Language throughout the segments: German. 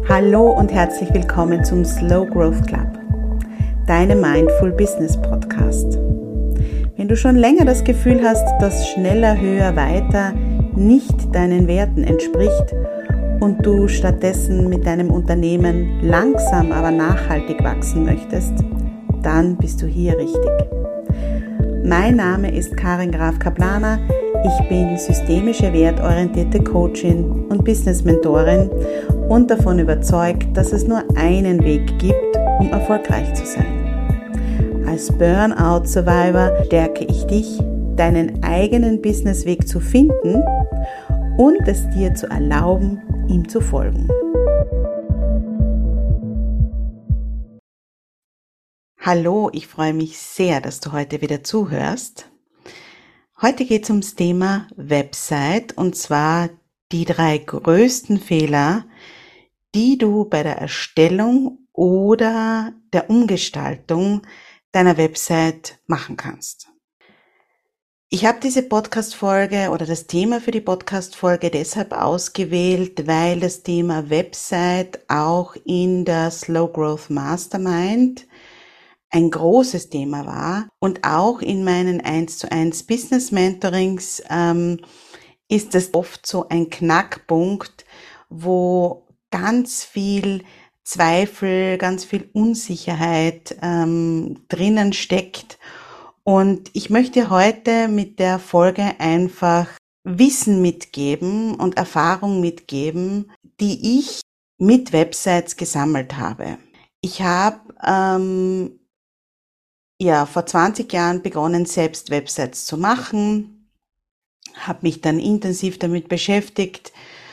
Hallo und herzlich willkommen zum Slow Growth Club, deinem Mindful Business Podcast. Wenn du schon länger das Gefühl hast, dass schneller, höher, weiter nicht deinen Werten entspricht und du stattdessen mit deinem Unternehmen langsam, aber nachhaltig wachsen möchtest, dann bist du hier richtig. Mein Name ist Karin Graf Kaplaner. Ich bin systemische wertorientierte Coachin und Business-Mentorin und davon überzeugt, dass es nur einen Weg gibt, um erfolgreich zu sein. Als Burnout-Survivor stärke ich dich, deinen eigenen Businessweg zu finden und es dir zu erlauben, ihm zu folgen. Hallo, ich freue mich sehr, dass du heute wieder zuhörst. Heute geht es ums Thema Website und zwar die 3 größten Fehler, die du bei der Erstellung oder der Umgestaltung deiner Website machen kannst. Ich habe diese Podcast-Folge oder das Thema für die Podcast-Folge deshalb ausgewählt, weil das Thema Website auch in der Slow Growth Mastermind ein großes Thema war und auch in meinen 1:1 Business Mentorings ist es oft so ein Knackpunkt, wo ganz viel Zweifel, ganz viel Unsicherheit drinnen steckt. Und ich möchte heute mit der Folge einfach Wissen mitgeben und Erfahrung mitgeben, die ich mit Websites gesammelt habe. Ich habe vor 20 Jahren begonnen, selbst Websites zu machen, habe mich dann intensiv damit beschäftigt,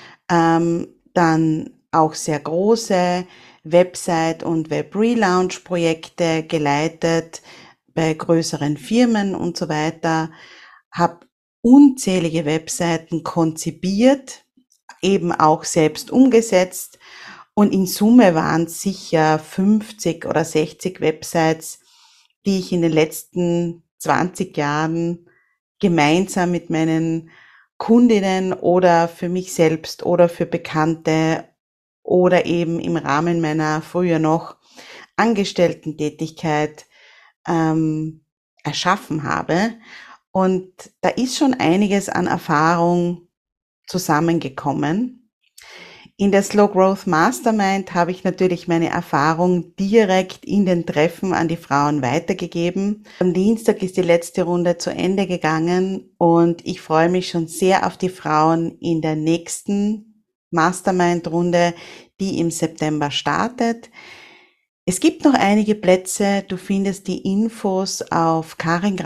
dann auch sehr große Website- und Web-Relaunch-Projekte geleitet bei größeren Firmen und so weiter, habe unzählige Webseiten konzipiert, eben auch selbst umgesetzt und in Summe waren es sicher 50 oder 60 Websites, die ich in den letzten 20 Jahren gemeinsam mit meinen Kundinnen oder für mich selbst oder für Bekannte oder eben im Rahmen meiner früher noch Angestellten-Tätigkeit erschaffen habe. Und da ist schon einiges an Erfahrung zusammengekommen. In der Slow Growth Mastermind habe ich natürlich meine Erfahrung direkt in den Treffen an die Frauen weitergegeben. Am Dienstag ist die letzte Runde zu Ende gegangen und ich freue mich schon sehr auf die Frauen in der nächsten Mastermind-Runde, die im September startet. Es gibt noch einige Plätze. Du findest die Infos auf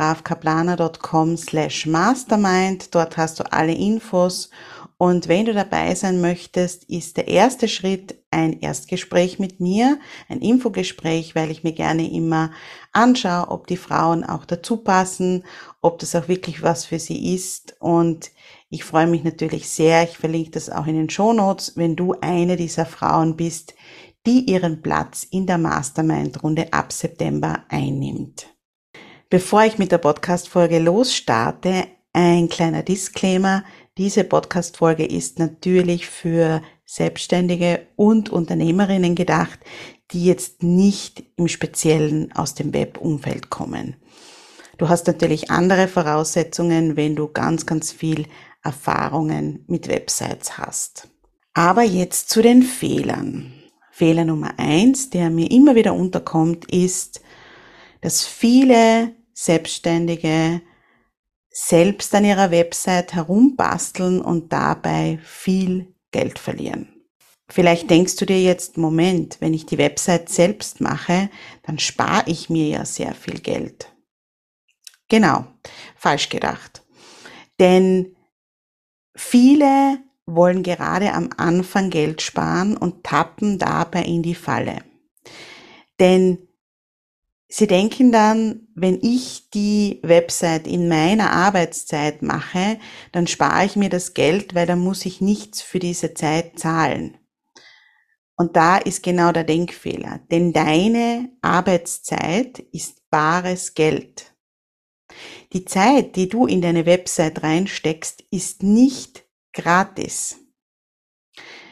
karingrafkaplaner.com/mastermind. Dort hast du alle Infos. Und wenn du dabei sein möchtest, ist der erste Schritt ein Erstgespräch mit mir, ein Infogespräch, weil ich mir gerne immer anschaue, ob die Frauen auch dazu passen, ob das auch wirklich was für sie ist. Und ich freue mich natürlich sehr, ich verlinke das auch in den Shownotes, wenn du eine dieser Frauen bist, die ihren Platz in der Mastermind-Runde ab September einnimmt. Bevor ich mit der Podcast-Folge losstarte, ein kleiner Disclaimer. Diese Podcast-Folge ist natürlich für Selbstständige und Unternehmerinnen gedacht, die jetzt nicht im Speziellen aus dem Web-Umfeld kommen. Du hast natürlich andere Voraussetzungen, wenn du ganz, ganz viel Erfahrungen mit Websites hast. Aber jetzt zu den Fehlern. Fehler Nummer 1, der mir immer wieder unterkommt, ist, dass viele Selbstständige selbst an ihrer Website herumbasteln und dabei viel Geld verlieren. Vielleicht denkst du dir jetzt, Moment, wenn ich die Website selbst mache, dann spare ich mir ja sehr viel Geld. Genau, falsch gedacht. Denn viele wollen gerade am Anfang Geld sparen und tappen dabei in die Falle. Denn sie denken dann, wenn ich die Website in meiner Arbeitszeit mache, dann spare ich mir das Geld, weil dann muss ich nichts für diese Zeit zahlen. Und da ist genau der Denkfehler, denn deine Arbeitszeit ist bares Geld. Die Zeit, die du in deine Website reinsteckst, ist nicht gratis.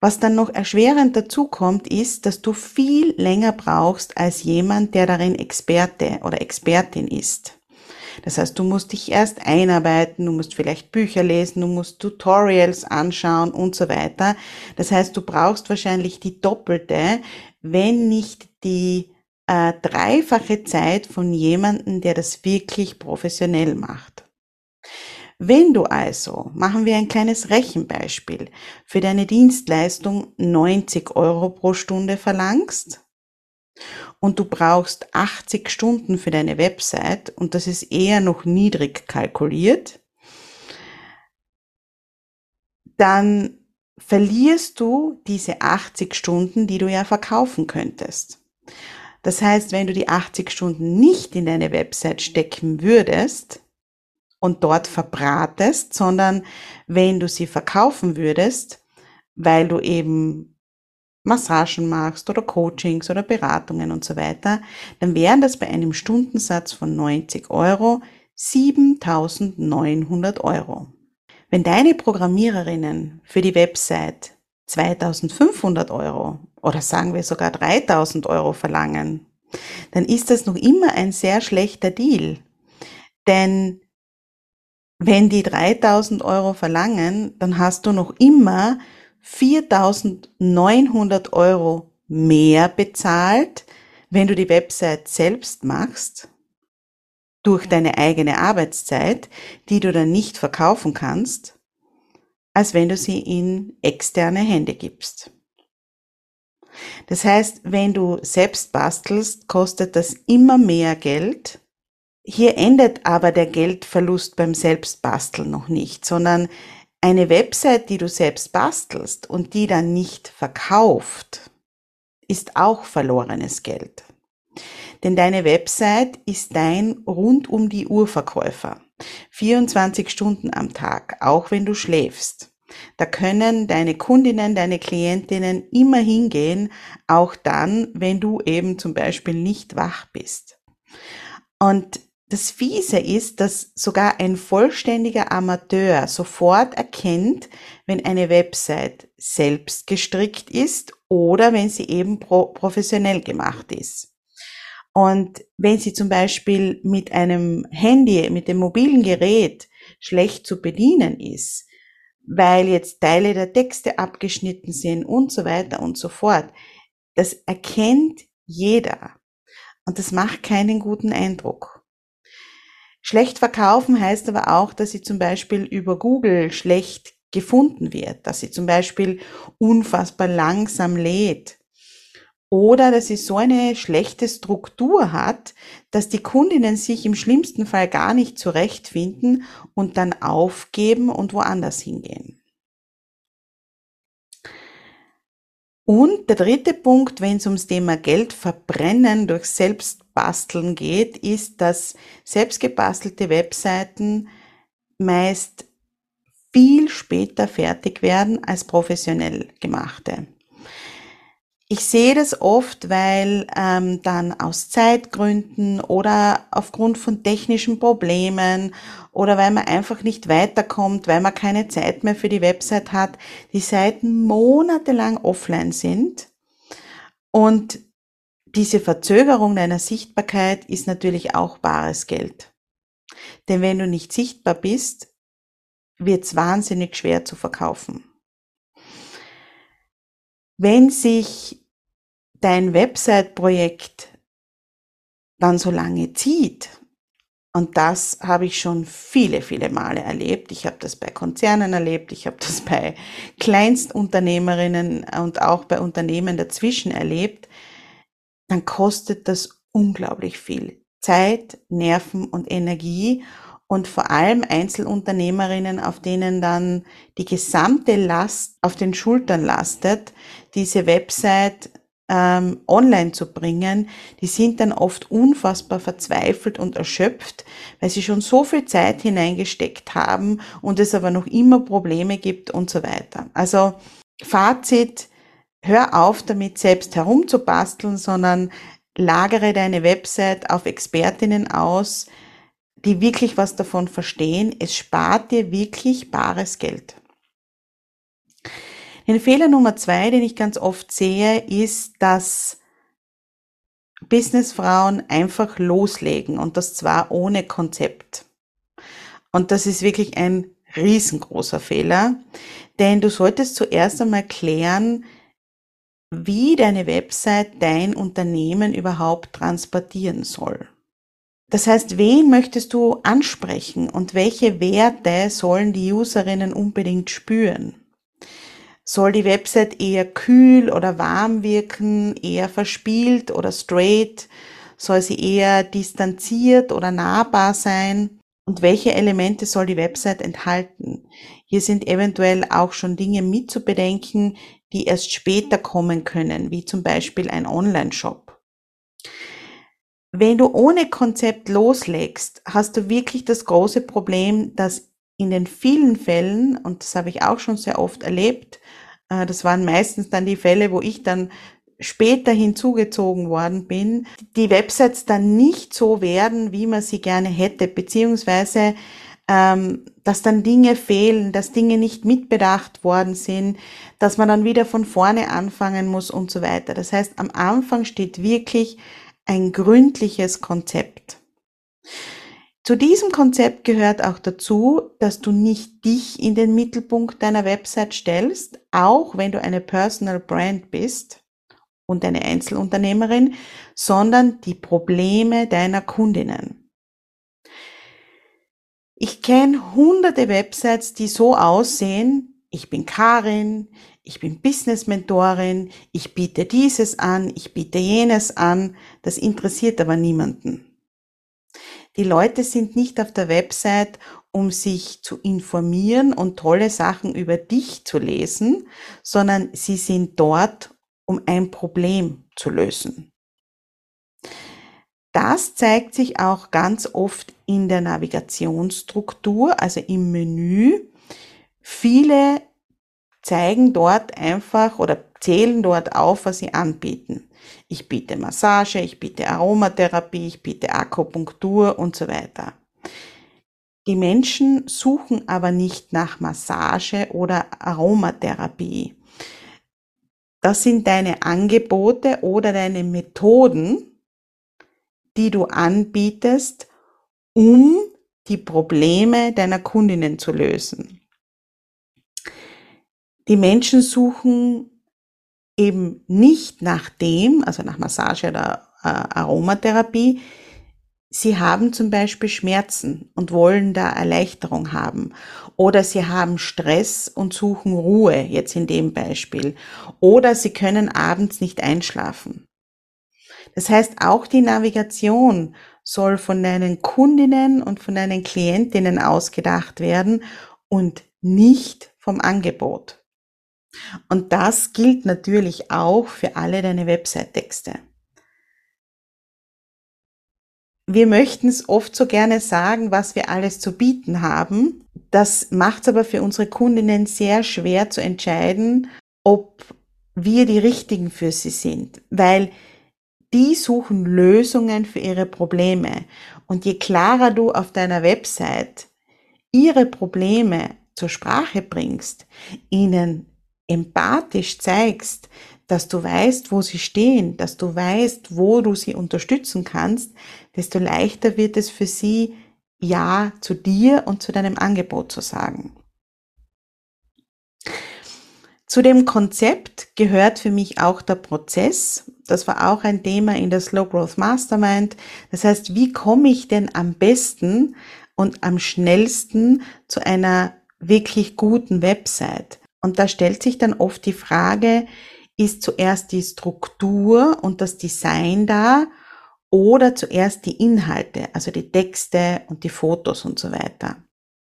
Was dann noch erschwerend dazu kommt, ist, dass du viel länger brauchst als jemand, der darin Experte oder Expertin ist. Das heißt, du musst dich erst einarbeiten, du musst vielleicht Bücher lesen, du musst Tutorials anschauen und so weiter. Das heißt, du brauchst wahrscheinlich die doppelte, wenn nicht die dreifache Zeit von jemandem, der das wirklich professionell macht. Wenn du also, machen wir ein kleines Rechenbeispiel, für deine Dienstleistung 90 Euro pro Stunde verlangst und du brauchst 80 Stunden für deine Website und das ist eher noch niedrig kalkuliert, dann verlierst du diese 80 Stunden, die du ja verkaufen könntest. Das heißt, wenn du die 80 Stunden nicht in deine Website stecken würdest und dort verbratest, sondern wenn du sie verkaufen würdest, weil du eben Massagen machst oder Coachings oder Beratungen und so weiter, dann wären das bei einem Stundensatz von 90 Euro 7.900 Euro. Wenn deine Programmiererinnen für die Website 2.500 Euro oder sagen wir sogar 3.000 Euro verlangen, dann ist das noch immer ein sehr schlechter Deal. Denn wenn die 3.000 Euro verlangen, dann hast du noch immer 4.900 Euro mehr bezahlt, wenn du die Website selbst machst, durch deine eigene Arbeitszeit, die du dann nicht verkaufen kannst, als wenn du sie in externe Hände gibst. Das heißt, wenn du selbst bastelst, kostet das immer mehr Geld. Hier endet aber der Geldverlust beim Selbstbasteln noch nicht, sondern eine Website, die du selbst bastelst und die dann nicht verkauft, ist auch verlorenes Geld. Denn deine Website ist dein rund um die Uhr Verkäufer. 24 Stunden am Tag, auch wenn du schläfst. Da können deine Kundinnen, deine Klientinnen immer hingehen, auch dann, wenn du eben zum Beispiel nicht wach bist. Und das Fiese ist, dass sogar ein vollständiger Amateur sofort erkennt, wenn eine Website selbst gestrickt ist oder wenn sie eben professionell gemacht ist. Und wenn sie zum Beispiel mit einem Handy, mit dem mobilen Gerät schlecht zu bedienen ist, weil jetzt Teile der Texte abgeschnitten sind und so weiter und so fort, das erkennt jeder. Und das macht keinen guten Eindruck. Schlecht verkaufen heißt aber auch, dass sie zum Beispiel über Google schlecht gefunden wird, dass sie zum Beispiel unfassbar langsam lädt oder dass sie so eine schlechte Struktur hat, dass die Kundinnen sich im schlimmsten Fall gar nicht zurechtfinden und dann aufgeben und woanders hingehen. Und der dritte Punkt, wenn es ums Thema Geld verbrennen durch Selbstbasteln geht, ist, dass selbstgebastelte Webseiten meist viel später fertig werden als professionell gemachte. Ich sehe das oft, weil dann aus Zeitgründen oder aufgrund von technischen Problemen oder weil man einfach nicht weiterkommt, weil man keine Zeit mehr für die Website hat, die Seiten monatelang offline sind. Und diese Verzögerung deiner Sichtbarkeit ist natürlich auch bares Geld. Denn wenn du nicht sichtbar bist, wird es wahnsinnig schwer zu verkaufen. Wenn sich dein Website-Projekt dann so lange zieht, und das habe ich schon viele, viele Male erlebt. Ich habe das bei Konzernen erlebt, ich habe das bei Kleinstunternehmerinnen und auch bei Unternehmen dazwischen erlebt, dann kostet das unglaublich viel Zeit, Nerven und Energie und vor allem Einzelunternehmerinnen, auf denen dann die gesamte Last auf den Schultern lastet, diese Website online zu bringen, die sind dann oft unfassbar verzweifelt und erschöpft, weil sie schon so viel Zeit hineingesteckt haben und es aber noch immer Probleme gibt und so weiter. Also Fazit: Hör auf damit, selbst herumzubasteln, sondern lagere deine Website auf Expertinnen aus, die wirklich was davon verstehen. Es spart dir wirklich bares Geld. Den Fehler Nummer 2, den ich ganz oft sehe, ist, dass Businessfrauen einfach loslegen und das zwar ohne Konzept. Und das ist wirklich ein riesengroßer Fehler, denn du solltest zuerst einmal klären, wie deine Website dein Unternehmen überhaupt transportieren soll. Das heißt, wen möchtest du ansprechen und welche Werte sollen die Userinnen unbedingt spüren? Soll die Website eher kühl oder warm wirken, eher verspielt oder straight? Soll sie eher distanziert oder nahbar sein? Und welche Elemente soll die Website enthalten? Hier sind eventuell auch schon Dinge mitzubedenken, die erst später kommen können, wie zum Beispiel ein Online-Shop. Wenn du ohne Konzept loslegst, hast du wirklich das große Problem, dass in den vielen Fällen, und das habe ich auch schon sehr oft erlebt, das waren meistens dann die Fälle, wo ich dann später hinzugezogen worden bin, die Websites dann nicht so werden, wie man sie gerne hätte, beziehungsweise dass dann Dinge fehlen, dass Dinge nicht mitbedacht worden sind, dass man dann wieder von vorne anfangen muss und so weiter. Das heißt, am Anfang steht wirklich ein gründliches Konzept. Zu diesem Konzept gehört auch dazu, dass du nicht dich in den Mittelpunkt deiner Website stellst, auch wenn du eine Personal Brand bist und eine Einzelunternehmerin, sondern die Probleme deiner Kundinnen. Ich kenne hunderte Websites, die so aussehen: ich bin Karin, ich bin Business-Mentorin, ich biete dieses an, ich biete jenes an. Das interessiert aber niemanden. Die Leute sind nicht auf der Website, um sich zu informieren und tolle Sachen über dich zu lesen, sondern sie sind dort, um ein Problem zu lösen. Das zeigt sich auch ganz oft in der Navigationsstruktur, also im Menü. Viele zeigen dort einfach oder zählen dort auf, was sie anbieten. Ich biete Massage, ich biete Aromatherapie, ich biete Akupunktur und so weiter. Die Menschen suchen aber nicht nach Massage oder Aromatherapie. Das sind deine Angebote oder deine Methoden, die du anbietest, um die Probleme deiner Kundinnen zu lösen. Die Menschen suchen eben nicht nach dem, also nach Massage oder Aromatherapie. Sie haben zum Beispiel Schmerzen und wollen da Erleichterung haben. Oder sie haben Stress und suchen Ruhe, jetzt in dem Beispiel. Oder sie können abends nicht einschlafen. Das heißt, auch die Navigation soll von deinen Kundinnen und von deinen Klientinnen ausgedacht werden und nicht vom Angebot. Und das gilt natürlich auch für alle deine Website-Texte. Wir möchten es oft so gerne sagen, was wir alles zu bieten haben. Das macht es aber für unsere Kundinnen sehr schwer zu entscheiden, ob wir die Richtigen für sie sind, weil die suchen Lösungen für ihre Probleme. Und je klarer du auf deiner Website ihre Probleme zur Sprache bringst, ihnen empathisch zeigst, dass du weißt, wo sie stehen, dass du weißt, wo du sie unterstützen kannst, desto leichter wird es für sie, Ja zu dir und zu deinem Angebot zu sagen. Zu dem Konzept gehört für mich auch der Prozess. Das war auch ein Thema in der Slow Growth Mastermind. Das heißt, wie komme ich denn am besten und am schnellsten zu einer wirklich guten Website? Und da stellt sich dann oft die Frage, ist zuerst die Struktur und das Design da oder zuerst die Inhalte, also die Texte und die Fotos und so weiter?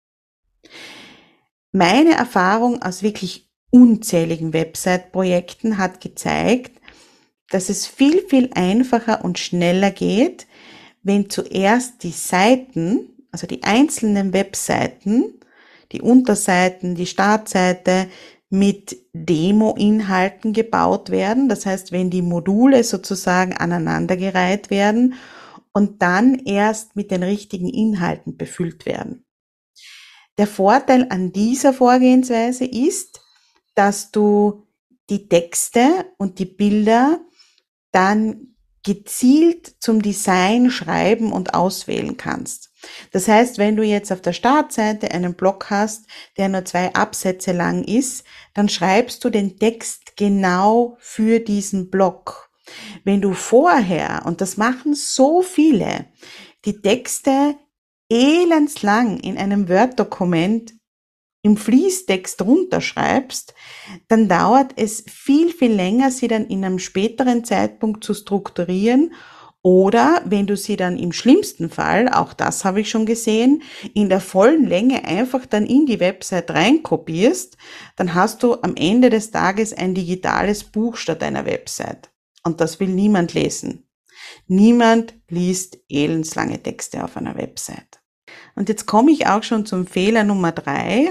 Meine Erfahrung aus wirklich unzähligen Website-Projekten hat gezeigt, dass es viel, viel einfacher und schneller geht, wenn zuerst die Seiten, also die einzelnen Webseiten, die Unterseiten, die Startseite mit Demo-Inhalten gebaut werden. Das heißt, wenn die Module sozusagen aneinandergereiht werden und dann erst mit den richtigen Inhalten befüllt werden. Der Vorteil an dieser Vorgehensweise ist, dass du die Texte und die Bilder dann gezielt zum Design schreiben und auswählen kannst. Das heißt, wenn du jetzt auf der Startseite einen Blog hast, der nur 2 Absätze lang ist, dann schreibst du den Text genau für diesen Blog. Wenn du vorher, und das machen so viele, die Texte elendslang in einem Word-Dokument im Fließtext runterschreibst, dann dauert es viel, viel länger, sie dann in einem späteren Zeitpunkt zu strukturieren. Oder wenn du sie dann im schlimmsten Fall, auch das habe ich schon gesehen, in der vollen Länge einfach dann in die Website reinkopierst, dann hast du am Ende des Tages ein digitales Buch statt einer Website. Und das will niemand lesen. Niemand liest elendslange Texte auf einer Website. Und jetzt komme ich auch schon zum Fehler Nummer 3,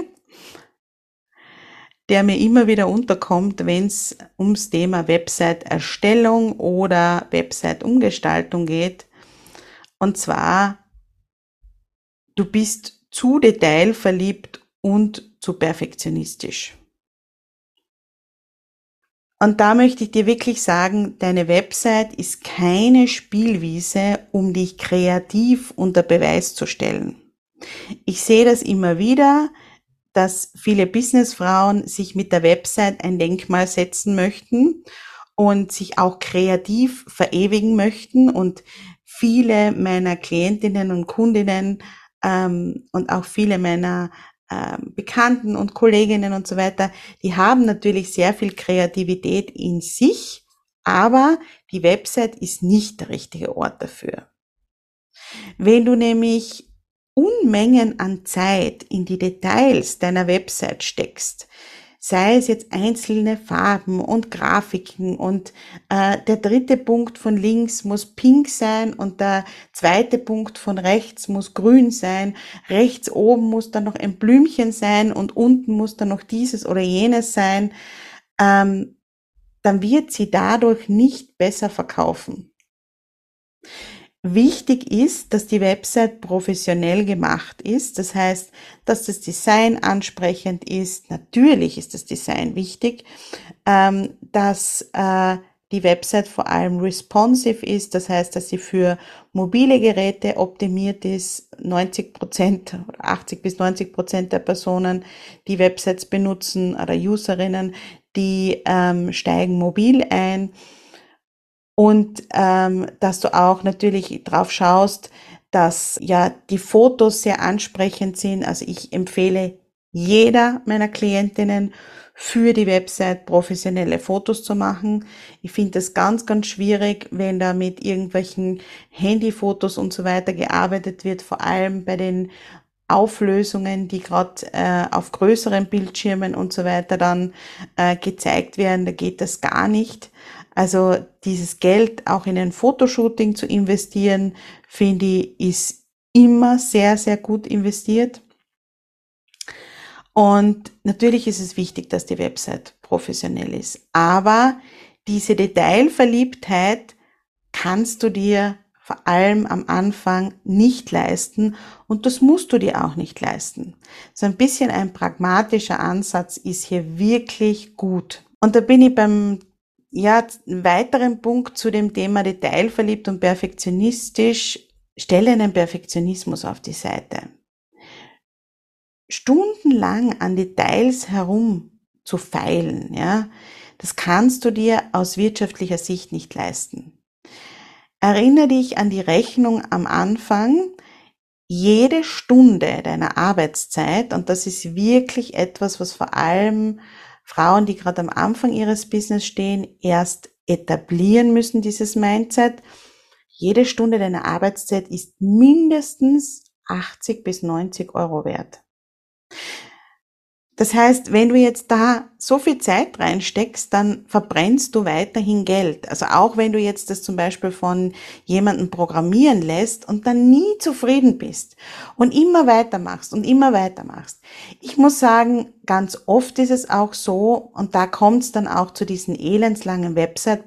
der mir immer wieder unterkommt, wenn es ums Thema Website-Erstellung oder Website-Umgestaltung geht. Und zwar, du bist zu detailverliebt und zu perfektionistisch. Und da möchte ich dir wirklich sagen, deine Website ist keine Spielwiese, um dich kreativ unter Beweis zu stellen. Ich sehe das immer wieder, dass viele Businessfrauen sich mit der Website ein Denkmal setzen möchten und sich auch kreativ verewigen möchten. Und viele meiner Klientinnen und Kundinnen und auch viele meiner Bekannten und Kolleginnen und so weiter, die haben natürlich sehr viel Kreativität in sich, aber die Website ist nicht der richtige Ort dafür. Wenn du nämlich Unmengen an Zeit in die Details deiner Website steckst, sei es jetzt einzelne Farben und Grafiken und der dritte Punkt von links muss pink sein und der zweite Punkt von rechts muss grün sein, rechts oben muss dann noch ein Blümchen sein und unten muss dann noch dieses oder jenes sein, dann wird sie dadurch nicht besser verkaufen. Wichtig ist, dass die Website professionell gemacht ist. Das heißt, dass das Design ansprechend ist. Natürlich ist das Design wichtig, dass die Website vor allem responsive ist. Das heißt, dass sie für mobile Geräte optimiert ist. 90% oder 80 bis 90% der Personen, die Websites benutzen oder Userinnen, die steigen mobil ein. Und dass du auch natürlich drauf schaust, dass ja die Fotos sehr ansprechend sind. Also ich empfehle jeder meiner Klientinnen für die Website professionelle Fotos zu machen. Ich finde das ganz, ganz schwierig, wenn da mit irgendwelchen Handyfotos und so weiter gearbeitet wird, vor allem bei den Auflösungen, die gerade auf größeren Bildschirmen und so weiter dann gezeigt werden, da geht das gar nicht. Also dieses Geld auch in ein Fotoshooting zu investieren, finde ich, ist immer sehr, sehr gut investiert. Und natürlich ist es wichtig, dass die Website professionell ist. Aber diese Detailverliebtheit kannst du dir vor allem am Anfang nicht leisten und das musst du dir auch nicht leisten. So ein bisschen ein pragmatischer Ansatz ist hier wirklich gut. Und da bin ich beim weiteren Punkt zu dem Thema detailverliebt und perfektionistisch. Stelle einen Perfektionismus auf die Seite. Stundenlang an Details herum zu feilen, ja, das kannst du dir aus wirtschaftlicher Sicht nicht leisten. Erinnere dich an die Rechnung am Anfang. Jede Stunde deiner Arbeitszeit, und das ist wirklich etwas, was vor allem Frauen, die gerade am Anfang ihres Business stehen, erst etablieren müssen, dieses Mindset. Jede Stunde deiner Arbeitszeit ist mindestens 80 bis 90 Euro wert. Das heißt, wenn du jetzt da so viel Zeit reinsteckst, dann verbrennst du weiterhin Geld. Also auch wenn du jetzt das zum Beispiel von jemandem programmieren lässt und dann nie zufrieden bist und immer weitermachst und immer weitermachst. Ich muss sagen, ganz oft ist es auch so, und da kommt es dann auch zu diesen elendslangen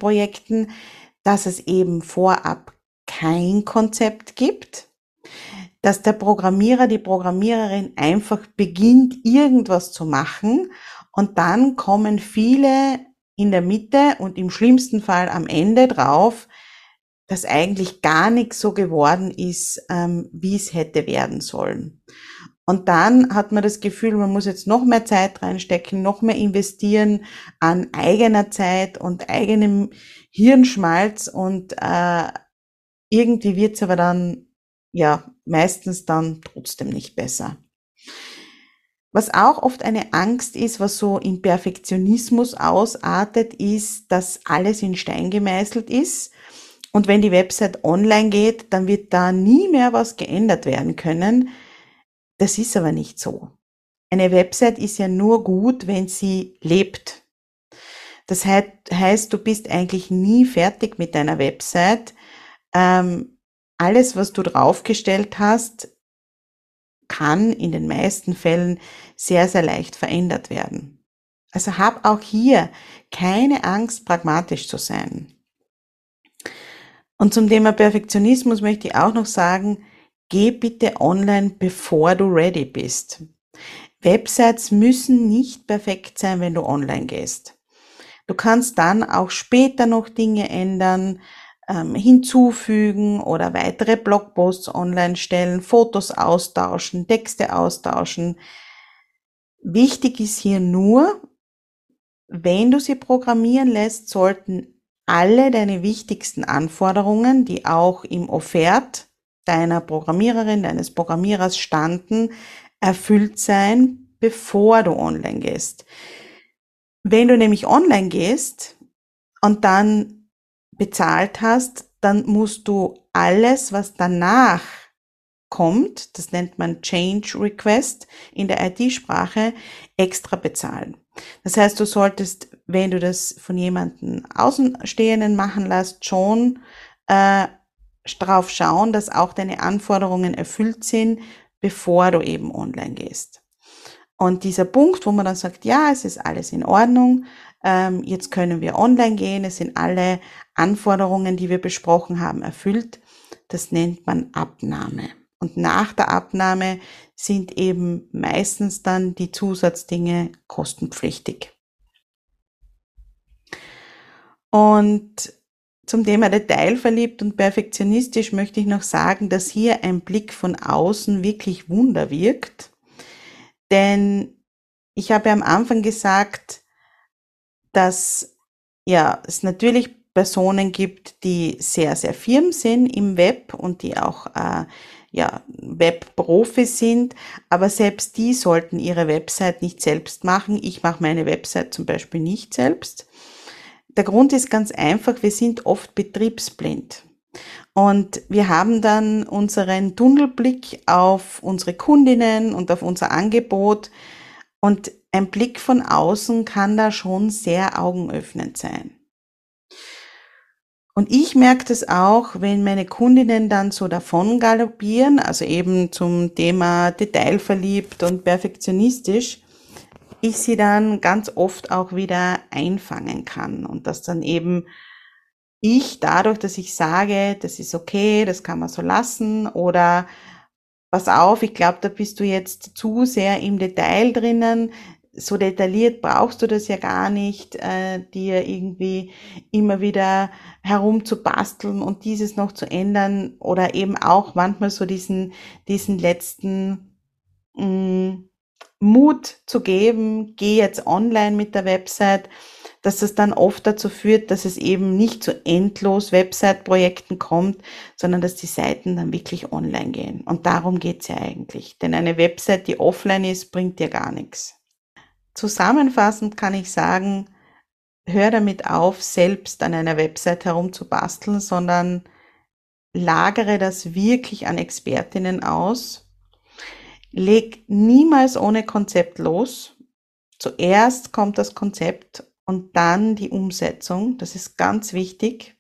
Website-Projekten, dass es eben vorab kein Konzept gibt, dass der Programmierer, die Programmiererin einfach beginnt, irgendwas zu machen und dann kommen viele in der Mitte und im schlimmsten Fall am Ende drauf, dass eigentlich gar nichts so geworden ist, wie es hätte werden sollen. Und dann hat man das Gefühl, man muss jetzt noch mehr Zeit reinstecken, noch mehr investieren an eigener Zeit und eigenem Hirnschmalz und irgendwie wird's aber dann, ja, meistens dann trotzdem nicht besser. Was auch oft eine Angst ist, was so in Perfektionismus ausartet, ist, dass alles in Stein gemeißelt ist. Und wenn die Website online geht, dann wird da nie mehr was geändert werden können. Das ist aber nicht so. Eine Website ist ja nur gut, wenn sie lebt. Das heißt, du bist eigentlich nie fertig mit deiner Website. Alles, was du draufgestellt hast, kann in den meisten Fällen sehr, sehr leicht verändert werden. Also hab auch hier keine Angst, pragmatisch zu sein. Und zum Thema Perfektionismus möchte ich auch noch sagen, geh bitte online, bevor du ready bist. Websites müssen nicht perfekt sein, wenn du online gehst. Du kannst dann auch später noch Dinge ändern, hinzufügen oder weitere Blogposts online stellen, Fotos austauschen, Texte austauschen. Wichtig ist hier nur, wenn du sie programmieren lässt, sollten alle deine wichtigsten Anforderungen, die auch im Offert deiner Programmiererin, deines Programmierers standen, erfüllt sein, bevor du online gehst. Wenn du nämlich online gehst und dann bezahlt hast, dann musst du alles, was danach kommt, das nennt man Change Request in der IT-Sprache, extra bezahlen. Das heißt, du solltest, wenn du das von jemandem Außenstehenden machen lässt, schon drauf schauen, dass auch deine Anforderungen erfüllt sind, bevor du eben online gehst. Und dieser Punkt, wo man dann sagt, ja, es ist alles in Ordnung, jetzt können wir online gehen, es sind alle Anforderungen, die wir besprochen haben, erfüllt, das nennt man Abnahme. Und nach der Abnahme sind eben meistens dann die Zusatzdinge kostenpflichtig. Und zum Thema detailverliebt und perfektionistisch möchte ich noch sagen, dass hier ein Blick von außen wirklich Wunder wirkt. Denn ich habe ja am Anfang gesagt, dass ja, es natürlich Personen gibt, die sehr, sehr firm sind im Web und die auch Web-Profis sind, aber selbst die sollten ihre Website nicht selbst machen. Ich mache meine Website zum Beispiel nicht selbst. Der Grund ist ganz einfach, wir sind oft betriebsblind. Und wir haben dann unseren Tunnelblick auf unsere Kundinnen und auf unser Angebot. Und ein Blick von außen kann da schon sehr augenöffnend sein. Und ich merke das auch, wenn meine Kundinnen dann so davon galoppieren, also eben zum Thema detailverliebt und perfektionistisch, ich sie dann ganz oft auch wieder einfangen kann und dass dann eben ich dadurch, dass ich sage, das ist okay, das kann man so lassen oder pass auf, ich glaube, da bist du jetzt zu sehr im Detail drinnen, so detailliert brauchst du das ja gar nicht, dir irgendwie immer wieder herumzubasteln und dieses noch zu ändern oder eben auch manchmal so diesen letzten Mut zu geben, geh jetzt online mit der Website, dass das dann oft dazu führt, dass es eben nicht zu endlos Website-Projekten kommt, sondern dass die Seiten dann wirklich online gehen. Und darum geht's ja eigentlich. Denn eine Website, die offline ist, bringt dir gar nichts. Zusammenfassend kann ich sagen, hör damit auf, selbst an einer Website herumzubasteln, sondern lagere das wirklich an Expertinnen aus. Leg niemals ohne Konzept los. Zuerst kommt das Konzept und dann die Umsetzung. Das ist ganz wichtig.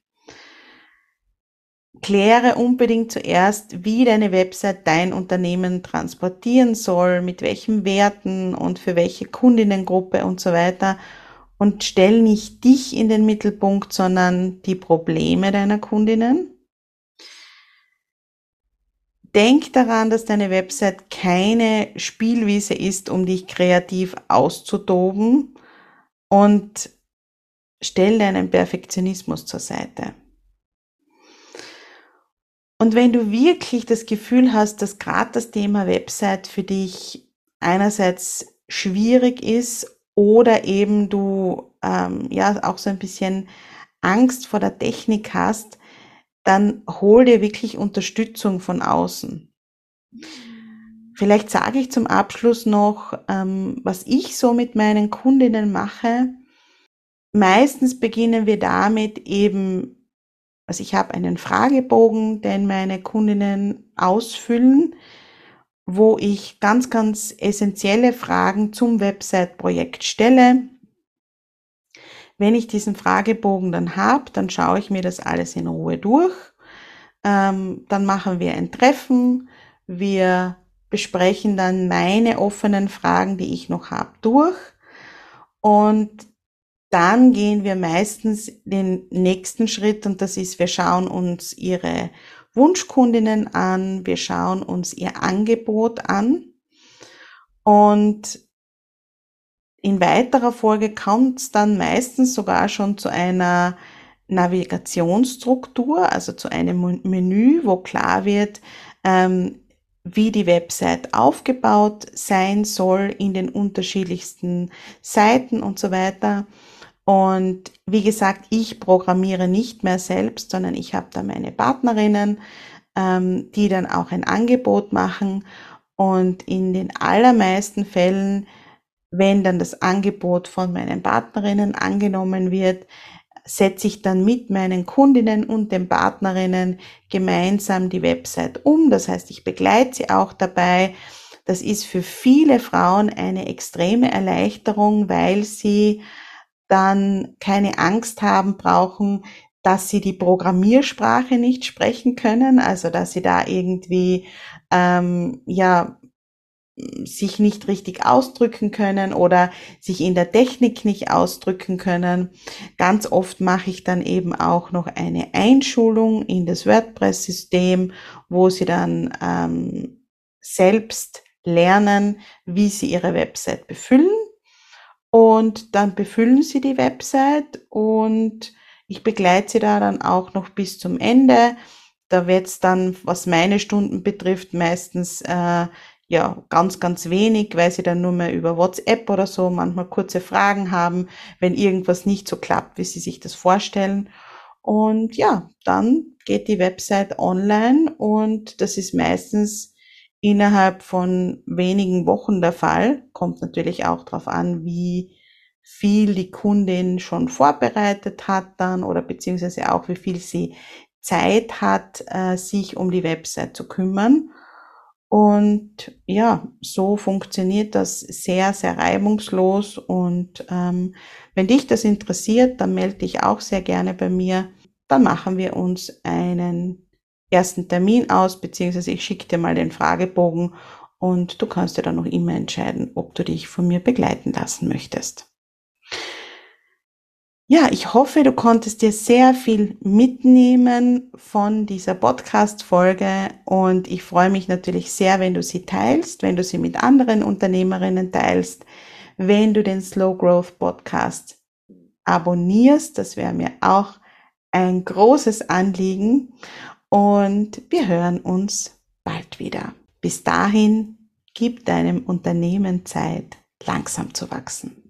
Kläre unbedingt zuerst, wie deine Website dein Unternehmen transportieren soll, mit welchen Werten und für welche Kundinnengruppe und so weiter. Und stell nicht dich in den Mittelpunkt, sondern die Probleme deiner Kundinnen. Denk daran, dass deine Website keine Spielwiese ist, um dich kreativ auszutoben, und stell deinen Perfektionismus zur Seite. Und wenn du wirklich das Gefühl hast, dass gerade das Thema Website für dich einerseits schwierig ist oder eben du auch so ein bisschen Angst vor der Technik hast, dann hol dir wirklich Unterstützung von außen. Vielleicht sage ich zum Abschluss noch, was ich so mit meinen Kundinnen mache. Meistens beginnen wir damit eben, also ich habe einen Fragebogen, den meine Kundinnen ausfüllen, wo ich ganz, ganz essentielle Fragen zum Website-Projekt stelle. Wenn ich diesen Fragebogen dann habe, dann schaue ich mir das alles in Ruhe durch. Dann machen wir ein Treffen. Wir besprechen dann meine offenen Fragen, die ich noch habe, durch. Und dann gehen wir meistens den nächsten Schritt, und das ist, wir schauen uns ihre Wunschkundinnen an, wir schauen uns ihr Angebot an, und in weiterer Folge kommt es dann meistens sogar schon zu einer Navigationsstruktur, also zu einem Menü, wo klar wird, wie die Website aufgebaut sein soll in den unterschiedlichsten Seiten und so weiter. Und wie gesagt, ich programmiere nicht mehr selbst, sondern ich habe da meine Partnerinnen, die dann auch ein Angebot machen. Und in den allermeisten Fällen, wenn dann das Angebot von meinen Partnerinnen angenommen wird, setze ich dann mit meinen Kundinnen und den Partnerinnen gemeinsam die Website um. Das heißt, ich begleite sie auch dabei. Das ist für viele Frauen eine extreme Erleichterung, weil sie dann keine Angst haben brauchen, dass sie die Programmiersprache nicht sprechen können, also dass sie da irgendwie sich nicht richtig ausdrücken können oder sich in der Technik nicht ausdrücken können. Ganz oft mache ich dann eben auch noch eine Einschulung in das WordPress-System, wo sie dann selbst lernen, wie sie ihre Website befüllen. Und dann befüllen sie die Website und ich begleite sie da dann auch noch bis zum Ende. Da wird's dann, was meine Stunden betrifft, meistens ganz, ganz wenig, weil sie dann nur mehr über WhatsApp oder so manchmal kurze Fragen haben, wenn irgendwas nicht so klappt, wie sie sich das vorstellen. Und ja, dann geht die Website online, und das ist meistens innerhalb von wenigen Wochen der Fall. Kommt natürlich auch darauf an, wie viel die Kundin schon vorbereitet hat dann, oder beziehungsweise auch wie viel sie Zeit hat, sich um die Website zu kümmern. Und ja, so funktioniert das sehr, sehr reibungslos. Und wenn dich das interessiert, dann melde dich auch sehr gerne bei mir. Dann machen wir uns einen ersten Termin aus, beziehungsweise ich schicke dir mal den Fragebogen, und du kannst dir dann noch immer entscheiden, ob du dich von mir begleiten lassen möchtest. Ja, ich hoffe, du konntest dir sehr viel mitnehmen von dieser Podcast-Folge, und ich freue mich natürlich sehr, wenn du sie teilst, wenn du sie mit anderen Unternehmerinnen teilst, wenn du den Slow Growth Podcast abonnierst. Das wäre mir auch ein großes Anliegen, und wir hören uns bald wieder. Bis dahin, gib deinem Unternehmen Zeit, langsam zu wachsen.